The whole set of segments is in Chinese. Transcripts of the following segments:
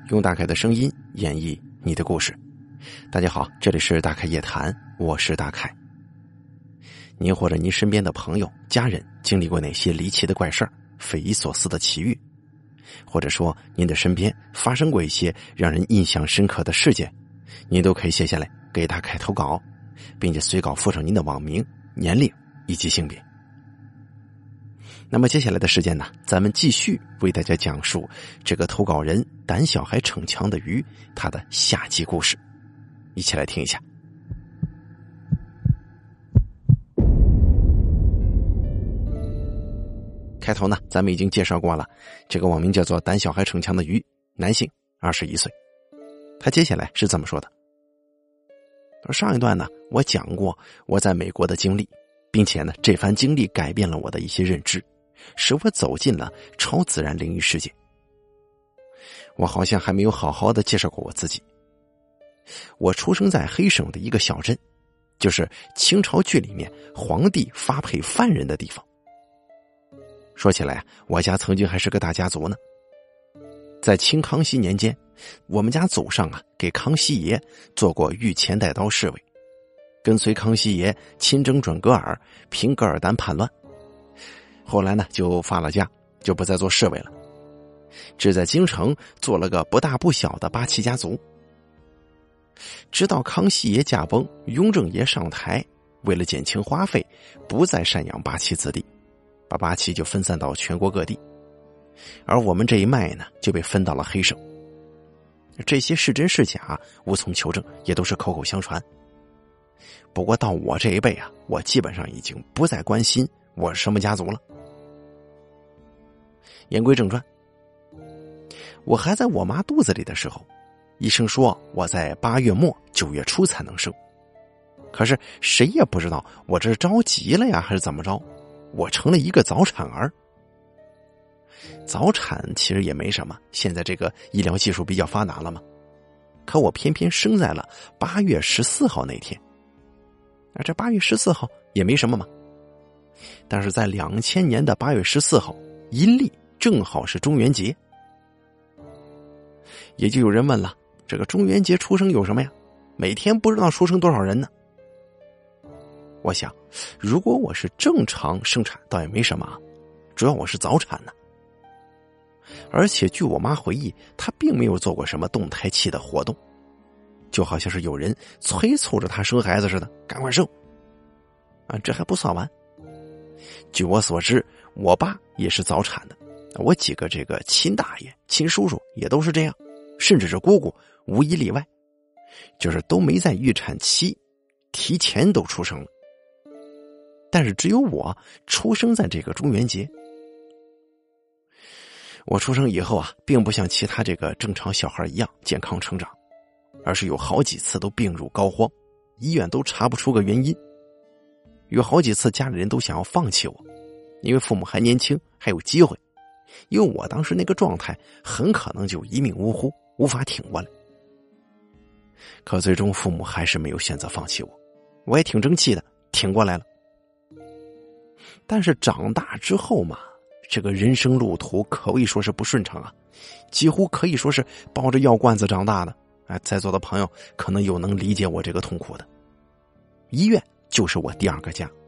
用大凯的声音演绎你的故事。大家好，这里是大凯夜谈，我是大凯。您或者您身边的朋友、家人经历过哪些离奇的怪事儿、匪夷所思的奇遇，或者说您的身边发生过一些让人印象深刻的事件，您都可以写下来给大凯投稿，并且随稿附上您的网名、年龄以及性别。那么接下来的时间呢，咱们继续为大家讲述这个投稿人胆小还逞强的鱼他的下集故事，一起来听一下。开头呢，咱们已经介绍过了，这个网名叫做胆小还逞强的鱼，男性，21岁。他接下来是这么说的：上一段呢，我讲过我在美国的经历，并且呢，这番经历改变了我的一些认知，使我走进了超自然灵异世界。我好像还没有好好的介绍过我自己。我出生在黑省的一个小镇，就是清朝剧里面皇帝发配犯人的地方。说起来，我家曾经还是个大家族呢。在清康熙年间，我们家祖上给康熙爷做过御前带刀侍卫，跟随康熙爷亲征准噶尔，平噶尔丹叛乱。后来呢，就发了家，就不再做侍卫了，只在京城做了个不大不小的八旗家族。直到康熙爷驾崩，雍正爷上台，为了减轻花费，不再赡养八旗子弟，把八旗就分散到全国各地，而我们这一脉呢，就被分到了黑省。这些是真是假，无从求证，也都是口口相传。不过到我这一辈我基本上已经不再关心我是什么家族了。言归正传，我还在我妈肚子里的时候，医生说我在8月末9月初才能生。可是谁也不知道我这是着急了呀，还是怎么着，我成了一个早产儿。早产其实也没什么，现在这个医疗技术比较发达了嘛。可我偏偏生在了8月14号那天。这8月14号也没什么嘛。但是在2000年的8月14号，阴历正好是中元节。也就有人问了，这个中元节出生有什么呀？每天不知道出生多少人呢？我想，如果我是正常生产倒也没什么，主要我是早产呢。而且据我妈回忆，她并没有做过什么动胎期的活动，就好像是有人催促着她生孩子似的，赶快生。这还不算完。据我所知，我爸也是早产的，我几个这个亲大爷、亲叔叔也都是这样，甚至是姑姑无一例外，就是都没在预产期提前都出生了。但是只有我出生在这个中元节。我出生以后并不像其他这个正常小孩一样健康成长，而是有好几次都病入膏肓，医院都查不出个原因。有好几次家里人都想要放弃我，因为父母还年轻，还有机会，因为我当时那个状态很可能就一命呜呼，无法挺过来。可最终父母还是没有选择放弃我，我也挺争气的，挺过来了。但是长大之后嘛，这个人生路途可谓说是不顺畅几乎可以说是抱着药罐子长大的。在座的朋友可能有能理解我这个痛苦的。医院就是我第二个家。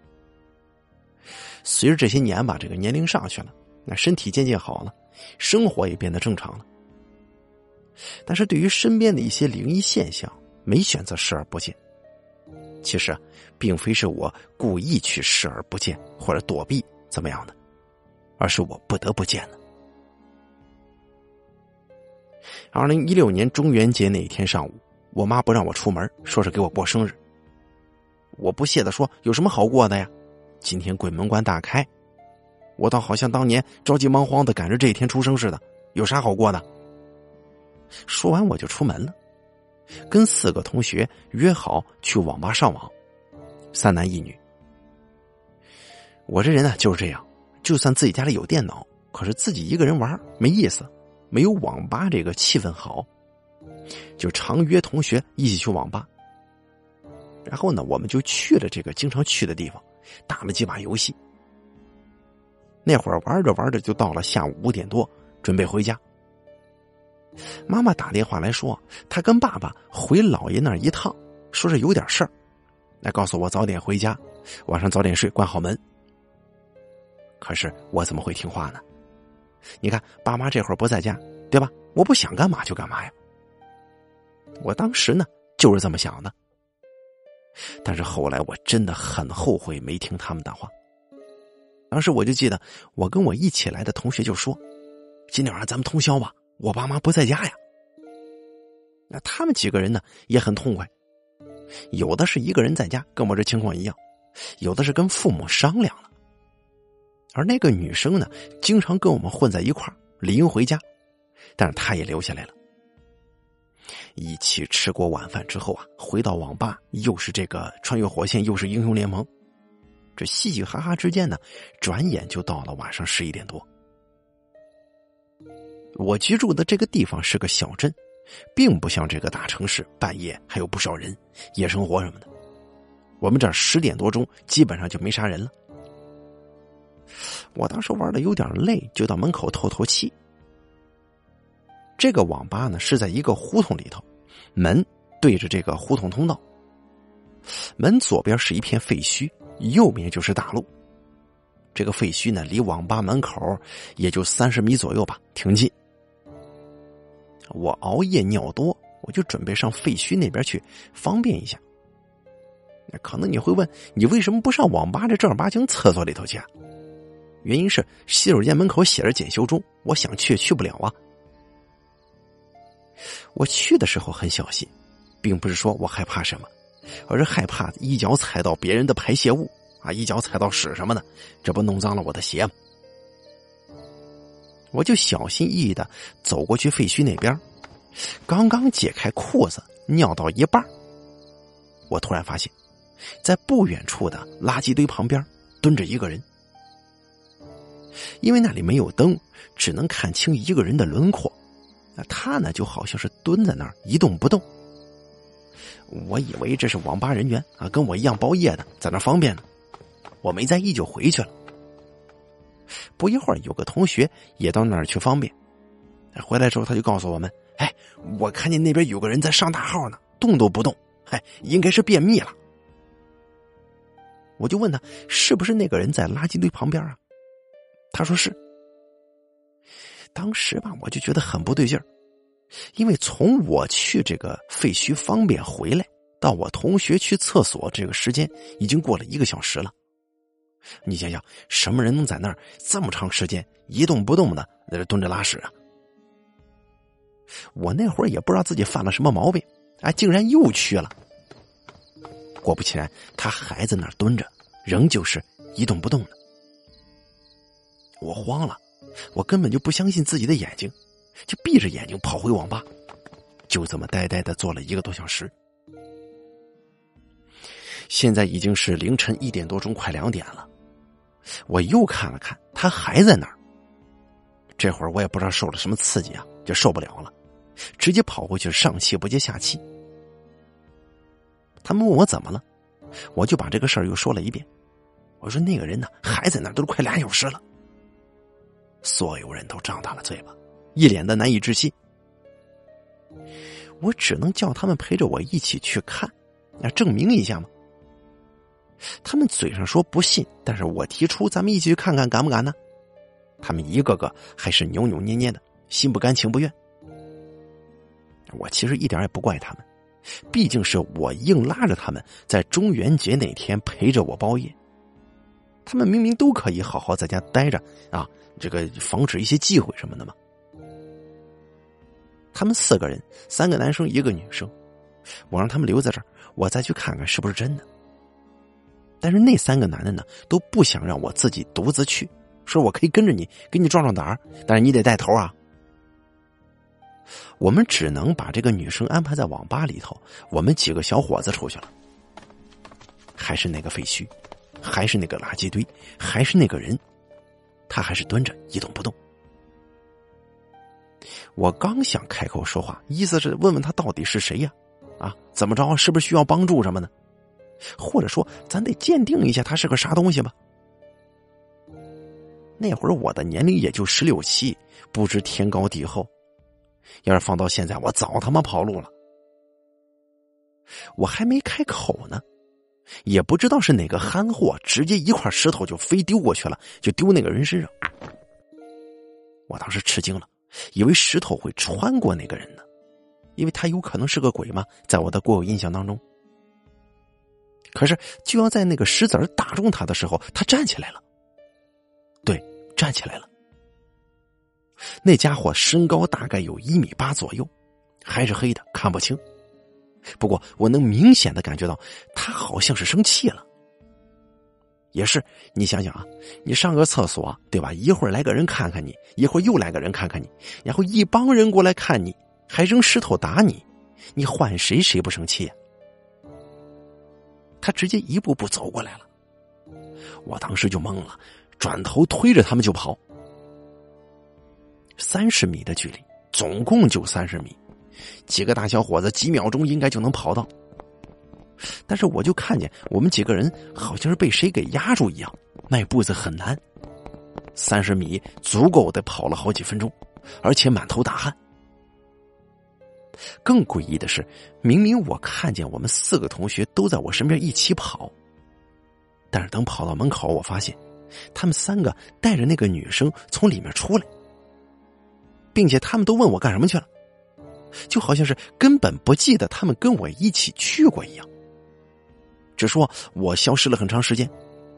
随着这些年吧，这个年龄上去了，身体渐渐好了，生活也变得正常了。但是对于身边的一些灵异现象，没选择视而不见。其实并非是我故意去视而不见或者躲避怎么样的，而是我不得不见的。2016年中元节那一天上午，我妈不让我出门，说是给我过生日。我不屑地说，有什么好过的呀？今天鬼门关大开，我倒好像当年着急忙慌的赶着这一天出生似的，有啥好过的？说完我就出门了，跟4个同学约好去网吧上网，3男1女。我这人就是这样，就算自己家里有电脑，可是自己一个人玩没意思，没有网吧这个气氛好，就常约同学一起去网吧。然后呢，我们就去了这个经常去的地方，打了几把游戏。那会儿玩着玩着就到了下午5点多，准备回家。 妈妈打电话来说，她跟爸爸回姥爷那儿一趟，说是有点事儿，来告诉我早点回家，晚上早点睡，关好门。可是我怎么会听话呢？你看爸妈这会儿不在家，对吧？我不想干嘛就干嘛呀。我当时呢就是这么想的，但是后来我真的很后悔没听他们的话。当时我就记得我跟我一起来的同学就说，今天晚上咱们通宵吧，我爸妈不在家呀。那他们几个人呢也很痛快，有的是一个人在家，跟我这情况一样，有的是跟父母商量了。而那个女生呢经常跟我们混在一块儿，理应回家，但是她也留下来了。一起吃过晚饭之后啊，回到网吧，又是这个穿越火线，又是英雄联盟，这嘻嘻哈哈之间呢，转眼就到了晚上11点多。我居住的这个地方是个小镇，并不像这个大城市，半夜还有不少人，夜生活什么的。我们这儿10点多钟基本上就没啥人了。我当时玩的有点累，就到门口透透气。这个网吧呢是在一个胡同里头，门对着这个胡同通道，门左边是一片废墟，右边就是大路。这个废墟呢离网吧门口也就30米左右吧，挺近。我熬夜尿多，我就准备上废墟那边去方便一下。可能你会问，你为什么不上网吧这正儿八经厕所里头去啊？原因是洗手间门口写着检修中，我想去也去不了啊。我去的时候很小心，并不是说我害怕什么，而是害怕一脚踩到别人的排泄物啊，一脚踩到屎什么的，这不弄脏了我的鞋吗？我就小心翼翼的走过去废墟那边，刚刚解开裤子尿到一半，我突然发现在不远处的垃圾堆旁边蹲着一个人。因为那里没有灯，只能看清一个人的轮廓，他呢就好像是蹲在那儿一动不动。我以为这是网吧人员啊，跟我一样包夜的，在那儿方便呢，我没在意就回去了。不一会儿有个同学也到那儿去方便，回来之后他就告诉我们，我看见那边有个人在上大号呢，动都不动，应该是便秘了。我就问他是不是那个人在垃圾堆旁边啊？他说是。当时吧，我就觉得很不对劲儿，因为从我去这个废墟方便回来到我同学去厕所这个时间已经过了1个小时了。你想想，什么人能在那儿这么长时间一动不动的在这蹲着拉屎啊？我那会儿也不知道自己犯了什么毛病，竟然又去了。果不其然，他还在那儿蹲着，仍旧是一动不动的。我慌了，我根本就不相信自己的眼睛，就闭着眼睛跑回网吧，就这么呆呆的坐了1个多小时。现在已经是凌晨1点多钟，快2点了。我又看了看，他还在那儿。这会儿我也不知道受了什么刺激啊，就受不了了，直接跑回去上气不接下气。他们问我怎么了，我就把这个事儿又说了一遍。我说那个人呢还在那儿，都快2小时了。所有人都张大了嘴巴，一脸的难以置信。我只能叫他们陪着我一起去看，证明一下嘛。他们嘴上说不信，但是我提出咱们一起去看看，敢不敢呢？他们一个个还是扭扭捏捏的，心不甘情不愿。我其实一点也不怪他们，毕竟是我硬拉着他们在中元节那天陪着我包夜。他们明明都可以好好在家待着啊，这个防止一些忌讳什么的嘛。他们4个人，3个男生1个女生，我让他们留在这儿，我再去看看是不是真的。但是那3个男的呢，都不想让我自己独自去，说我可以跟着你，给你壮壮胆儿，但是你得带头啊。我们只能把这个女生安排在网吧里头，我们几个小伙子出去了。还是那个废墟，还是那个垃圾堆，还是那个人，他还是蹲着一动不动。我刚想开口说话，意思是问问他到底是谁呀？怎么着，是不是需要帮助什么的？或者说咱得鉴定一下他是个啥东西吧。那会儿我的年龄也就16、17，不知天高地厚， 要是放到现在，我早他妈跑路了。我还没开口呢，也不知道是哪个憨货，直接一块石头就飞丢过去了，就丢那个人身上。我当时吃惊了，以为石头会穿过那个人呢，因为他有可能是个鬼嘛，在我的固有印象当中。可是就要在那个石子儿打中他的时候，他站起来了。对，站起来了。那家伙身高大概有1.8米左右，还是黑的，看不清。不过我能明显的感觉到他好像是生气了。也是，你想想啊，你上个厕所，对吧？一会儿来个人看看你，一会儿又来个人看看你，然后一帮人过来看你，还扔石头打你，你换谁谁不生气呀？他直接一步步走过来了，我当时就懵了，转头推着他们就跑。30米的距离，总共就30米，几个大小伙子几秒钟应该就能跑到。但是我就看见我们几个人好像是被谁给压住一样，迈步子很难。30米足够得跑了好几分钟，而且满头大汗。更诡异的是，明明我看见我们4个同学都在我身边一起跑，但是等跑到门口，我发现他们3个带着那个女生从里面出来，并且他们都问我干什么去了，就好像是根本不记得他们跟我一起去过一样，只说我消失了很长时间。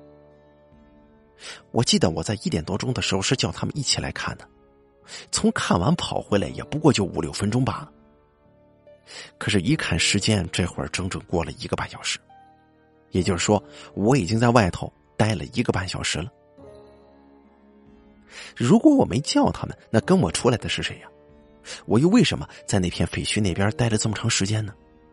我记得我在1点多钟的时候是叫他们一起来看的，从看完跑回来也不过就5、6分钟罢了。可是一看时间，这会儿整整过了1个半小时，也就是说我已经在外头待了1个半小时了。如果我没叫他们，那跟我出来的是谁呀？我又为什么在那片废墟那边待了这么长时间呢？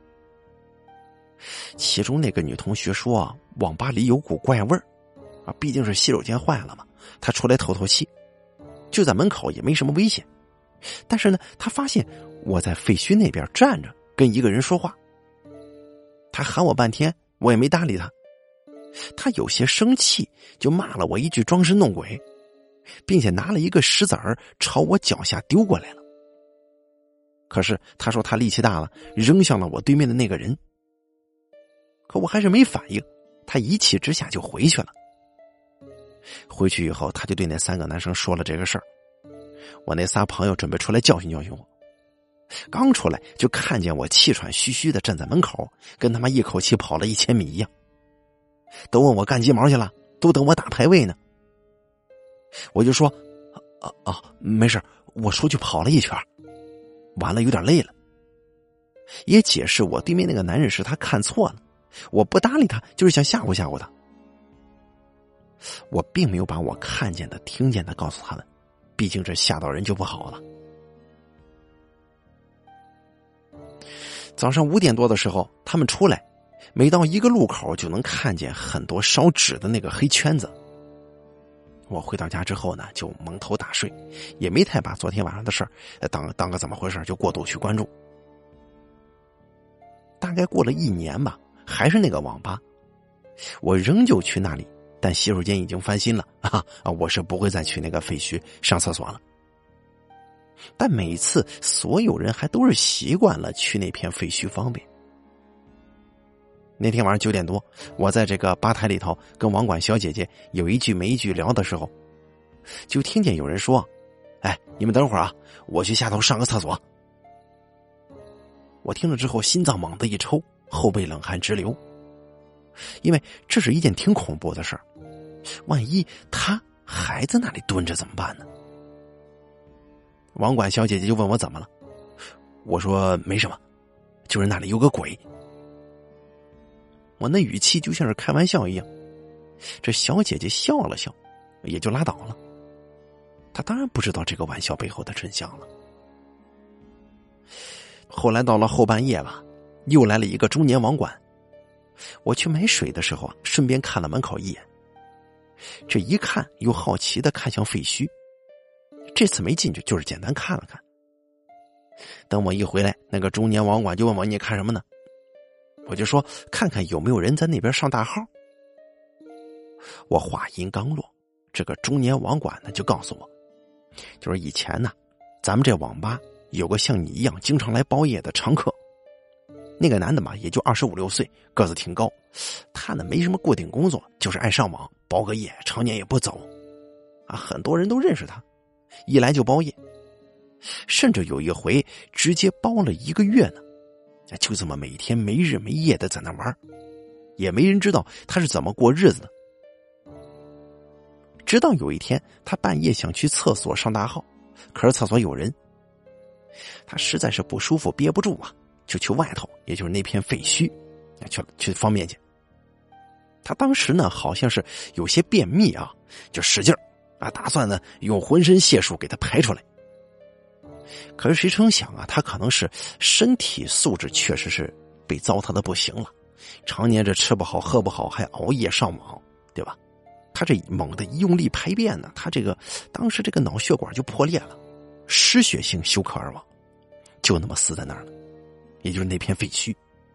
其中那个女同学说啊，网吧里有股怪味儿啊，毕竟是洗手间坏了嘛，她出来透透气，就在门口也没什么危险。但是呢，她发现我在废墟那边站着跟一个人说话，她喊我半天，我也没搭理她。她有些生气，就骂了我一句装神弄鬼，并且拿了一个石子儿朝我脚下丢过来了。可是她说她力气大了，扔向了我对面的那个人。可我还是没反应，她一气之下就回去了。回去以后，她就对那3个男生说了这个事儿。我那仨朋友准备出来教训教训我，刚出来就看见我气喘吁吁的站在门口，跟他妈一口气跑了1000米一样。都问我干鸡毛去了，都等我打排位呢。我就说没事，我出去跑了一圈，完了有点累了。也解释我对面那个男人是他看错了，我不搭理他就是想吓唬吓唬他。我并没有把我看见的听见的告诉他们，毕竟这吓到人就不好了。早上5点多的时候他们出来，每到一个路口就能看见很多烧纸的那个黑圈子。我回到家之后呢，就蒙头大睡，也没太把昨天晚上的事儿当个怎么回事就过度去关注。大概过了1年吧，还是那个网吧，我仍旧去那里，但洗手间已经翻新了我是不会再去那个废墟上厕所了。但每次所有人还都是习惯了去那片废墟方便。那天晚上9点多，我在这个吧台里头跟网管小姐姐有一句没一句聊的时候，就听见有人说：“哎，你们等会儿啊，我去下头上个厕所。”我听了之后心脏猛地一抽，后背冷汗直流，因为这是一件挺恐怖的事儿，万一他还在那里蹲着怎么办呢？网管小姐姐就问我怎么了，我说没什么，就是那里有个鬼。我那语气就像是开玩笑一样，这小姐姐笑了笑，也就拉倒了。她当然不知道这个玩笑背后的真相了。后来到了后半夜吧，又来了一个中年网管。我去买水的时候顺便看了门口一眼，这一看又好奇的看向废墟，这次没进去，就是简单看了看。等我一回来，那个中年网管就问我你看什么呢？我就说看看有没有人在那边上大号。我话音刚落，这个中年网管呢就告诉我，就是以前呢咱们这网吧有个像你一样经常来包夜的常客。那个男的嘛，也就25、26岁，个子挺高。他呢没什么固定工作，就是爱上网包个夜，常年也不走。很多人都认识他，一来就包夜，甚至有一回直接包了1个月呢。就这么每天没日没夜的在那玩，也没人知道他是怎么过日子的。直到有一天，他半夜想去厕所上大号，可是厕所有人，他实在是不舒服，憋不住啊，就去外头，也就是那片废墟，去方便去。他当时呢，好像是有些便秘啊，就使劲打算呢用浑身解数给他排出来。可是谁成想啊，他可能是身体素质确实是被糟蹋的不行了，常年这吃不好喝不好，还熬夜上网，对吧？他这猛的一用力排便呢，他当时这个脑血管就破裂了，失血性休克而亡，就那么死在那儿了，也就是那片废墟。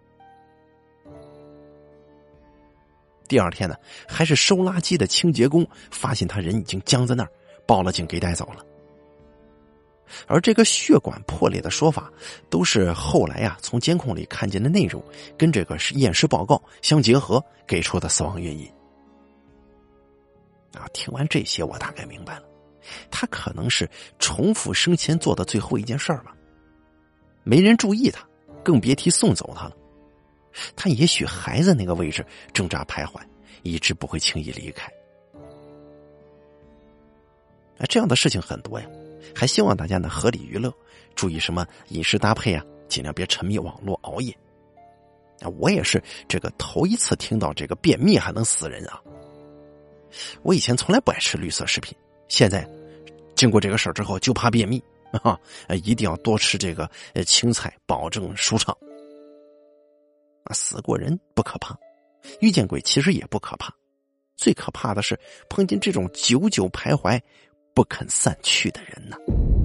第二天呢，还是收垃圾的清洁工发现他人已经僵在那儿，报了警给带走了。而这个血管破裂的说法，都是后来从监控里看见的内容跟这个验尸报告相结合给出的死亡原因。听完这些我大概明白了，他可能是重复生前做的最后一件事吧。没人注意他，更别提送走他了。他也许还在那个位置挣扎徘徊，一直不会轻易离开。这样的事情很多呀，还希望大家呢合理娱乐，注意什么饮食搭配啊，尽量别沉迷网络熬夜。我也是这个头一次听到这个便秘还能死人啊！我以前从来不爱吃绿色食品，现在经过这个事儿之后就怕便秘一定要多吃这个青菜，保证舒畅。死过人不可怕，遇见鬼其实也不可怕，最可怕的是碰见这种久久徘徊不肯散去的人呢。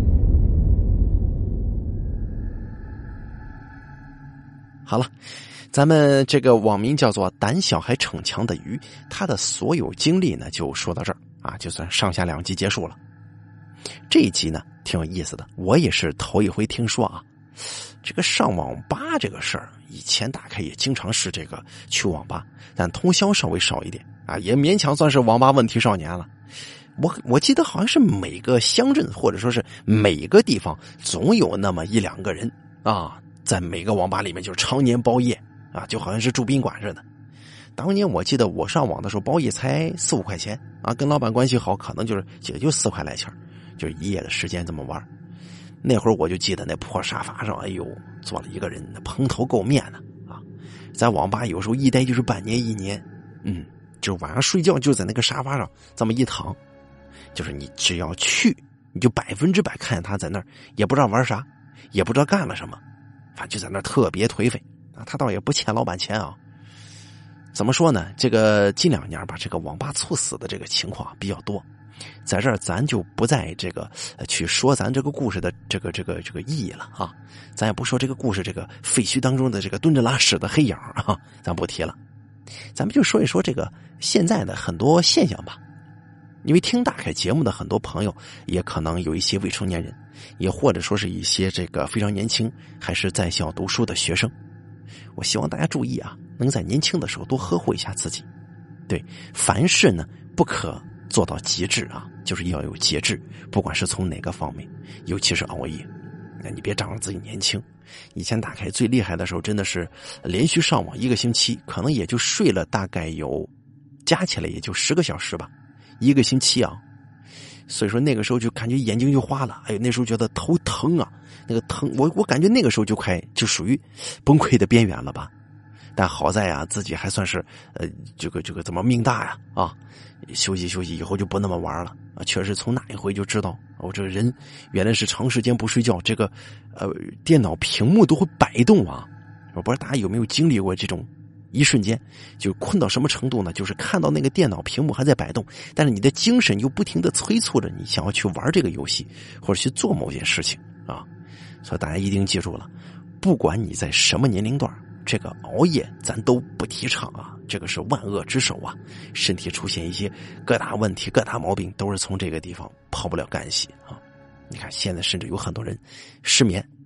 好了，咱们这个网名叫做胆小还逞强的鱼，他的所有经历呢就说到这儿就算上下2集结束了。这一集呢挺有意思的，我也是头一回听说这个上网吧这个事儿，以前大概也经常是这个去网吧，但通宵稍微少一点也勉强算是网吧问题少年了。我记得好像是每个乡镇或者说是每个地方总有那么1、2个人在每个网吧里面就是常年包夜就好像是住宾馆似的。当年我记得我上网的时候包夜才4、5块钱跟老板关系好，可能也就4块来钱，就一夜的时间这么玩。那会儿我就记得那破沙发上，哎呦，坐了一个人，那蓬头垢面的在网吧有时候一待就是半年1年，就晚上睡觉就在那个沙发上这么一躺，就是你只要去，你就100%看见他在那儿，也不知道玩啥，也不知道干了什么，反正就在那儿特别颓废他倒也不欠老板钱怎么说呢？这个近2年吧，这个网吧猝死的这个情况比较多，在这儿咱就不再这个去说咱这个故事的这个意义了咱也不说这个故事这个废墟当中的这个蹲着拉屎的黑影咱不提了。咱们就说一说这个现在的很多现象吧。因为听大凯节目的很多朋友也可能有一些未成年人，也或者说是一些这个非常年轻还是在校读书的学生，我希望大家注意能在年轻的时候多呵护一下自己。对，凡事呢不可做到极致就是要有节制，不管是从哪个方面，尤其是熬夜。那你别仗着自己年轻，以前大凯最厉害的时候真的是连续上网1个星期，可能也就睡了大概有加起来也就10个小时吧，1个星期所以说那个时候就感觉眼睛就花了，那时候觉得头疼那个疼，我感觉那个时候就属于崩溃的边缘了吧。但好在自己还算是这个怎么命大休息休息以后就不那么玩了确实从那一回就知道我这个人原来是长时间不睡觉，这个电脑屏幕都会摆动我不知道大家有没有经历过这种一瞬间，就困到什么程度呢？就是看到那个电脑屏幕还在摆动，但是你的精神又不停地催促着你想要去玩这个游戏或者去做某件事情所以大家一定记住了，不管你在什么年龄段，这个熬夜咱都不提倡这个是万恶之首身体出现一些各大问题各大毛病都是从这个地方跑不了干系你看现在甚至有很多人失眠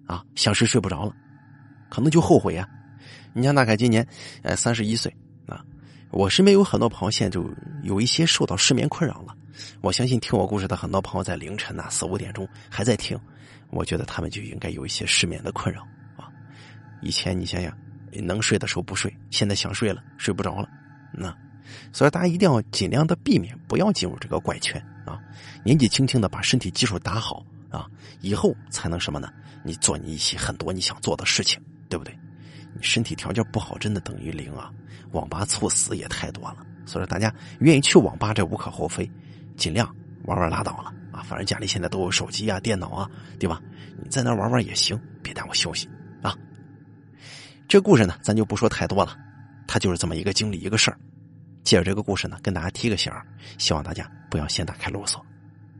啊，想睡睡不着了，可能就后悔啊。你像大概今年31岁啊，我身边有很多朋友现在就有一些受到失眠困扰了。我相信听我故事的很多朋友在凌晨4、5点钟还在听，我觉得他们就应该有一些失眠的困扰啊。以前你想想能睡的时候不睡，现在想睡了睡不着了，所以大家一定要尽量的避免，不要进入这个怪圈啊。年纪轻轻的把身体基础打好啊，以后才能什么呢？你做你很多你想做的事情，对不对？你身体条件不好真的等于零啊，网吧猝死也太多了。所以大家愿意去网吧这无可厚非，尽量玩玩拉倒了啊。反正家里现在都有手机啊电脑啊，对吧？你在那玩玩也行，别耽误休息啊。这故事呢咱就不说太多了，它就是这么一个经历一个事儿。借着这个故事呢跟大家提个醒，希望大家不要先打开啰嗦。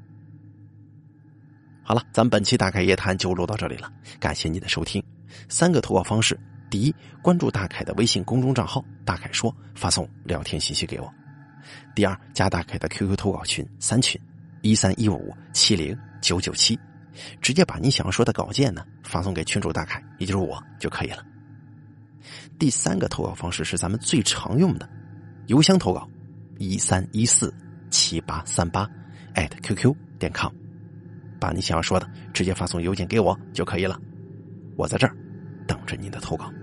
好了，咱们本期大凯夜谈就录到这里了，感谢你的收听。3个投稿方式：第一，关注大凯的微信公众账号大凯说，发送聊天信息给我；第二，加大凯的 QQ 投稿群3群131570997，直接把你想要说的稿件呢发送给群主大凯，也就是我就可以了。第3个投稿方式是咱们最常用的邮箱投稿13147838@qq.com， 把你想要说的直接发送邮件给我就可以了，我在这儿等着您的投稿。